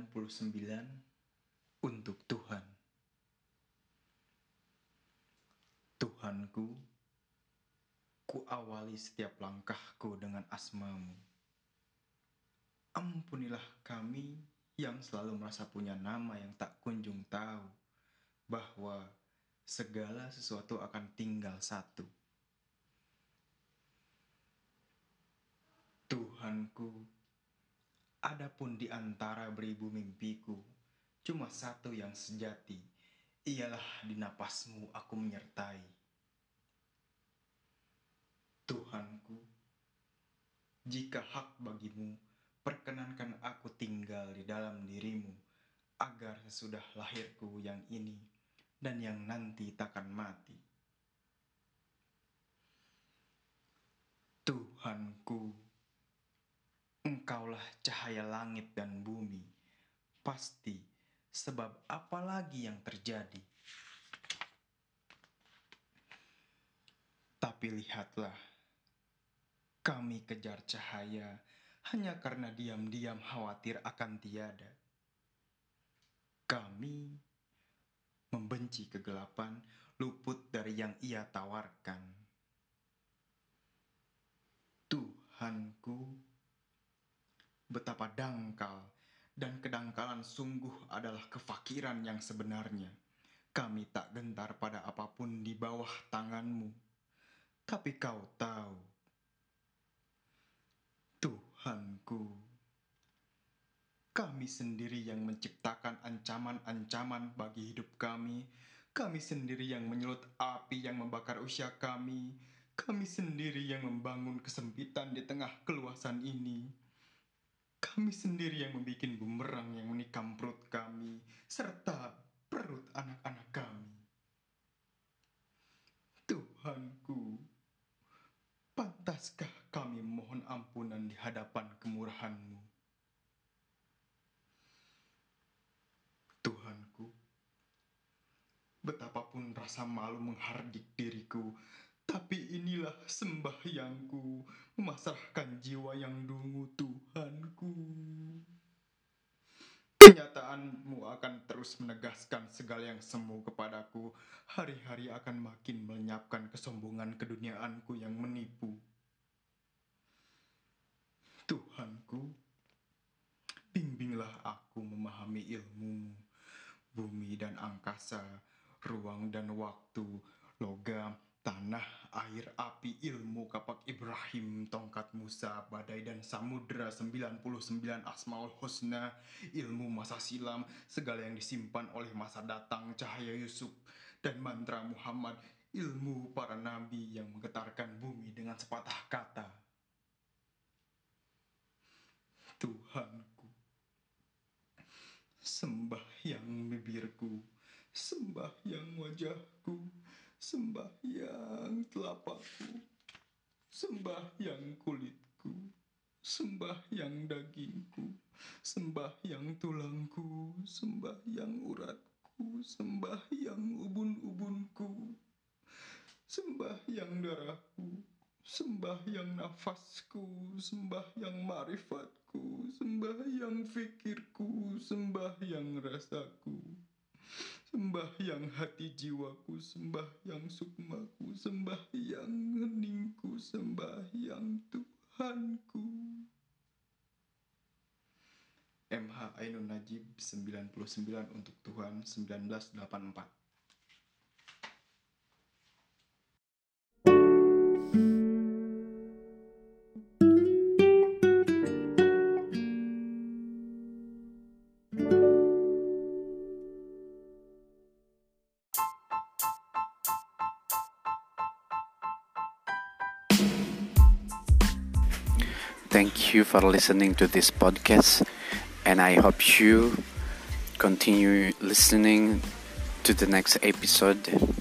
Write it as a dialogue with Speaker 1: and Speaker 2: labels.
Speaker 1: 99 untuk Tuhan. Tuhanku, ku awali setiap langkahku dengan asma-Mu. Ampunilah kami yang selalu merasa punya nama yang tak kunjung tahu bahwa segala sesuatu akan tinggal satu. Tuhanku, adapun di antara beribu mimpiku, cuma satu yang sejati, ialah di napasmu aku menyertai. Tuhanku, jika hak bagimu, perkenankan aku tinggal di dalam dirimu, agar sesudah lahirku yang ini dan yang nanti takkan mati. Tuhanku, Engkaulah cahaya langit dan bumi, pasti sebab apa lagi yang terjadi. Tapi lihatlah, kami kejar cahaya hanya karena diam-diam khawatir akan tiada. Kami membenci kegelapan, luput dari yang Ia tawarkan. Tuhanku, betapa dangkal dan kedangkalan sungguh adalah kefakiran yang sebenarnya. Kami tak gentar pada apapun di bawah tangan-Mu. Tapi Kau tahu, Tuhanku, kami sendiri yang menciptakan ancaman-ancaman bagi hidup kami. Kami sendiri yang menyulut api yang membakar usia kami. Kami sendiri yang membangun kesempitan di tengah keluasan ini. Kami sendiri yang membuat bumerang yang menikam perut kami, serta perut anak-anak kami. Tuhanku, pantaskah kami mohon ampunan di hadapan kemurahan-Mu? Tuhanku, betapapun rasa malu menghardik diriku, tapi inilah sembahyangku, memasrahkan jiwa yang dungu. Tuhanku, kenyataan-Mu akan terus menegaskan segala yang semu kepadaku. Hari-hari akan makin melenyapkan kesombongan keduniaanku yang menipu. Tuhanku, bimbinglah aku memahami ilmu-Mu, bumi dan angkasa, ruang dan waktu, logam, tanah, air, api, ilmu, kapak Ibrahim, tongkat Musa, badai dan samudra, 99 Asmaul Husna, ilmu masa silam, segala yang disimpan oleh masa datang, cahaya Yusuf, dan mantra Muhammad, ilmu para nabi yang menggetarkan bumi dengan sepatah kata. Tuhanku, sembahyang bibirku, sembahyang wajahku, sembahyang telapakku, sembahyang kulitku, sembahyang dagingku, sembahyang tulangku, sembahyang uratku, sembahyang ubun-ubunku, sembahyang darahku, sembahyang nafasku, sembahyang ma'rifatku, sembahyang fikirku, sembahyang rasaku, sembahyang hati jiwaku, sembahyang sukmaku, sembahyang heningku, sembahyang Tuhanku. MH Ainun Najib 99 untuk Tuhan 1984.
Speaker 2: Thank you for listening to this podcast, and I hope you continue listening to the next episode.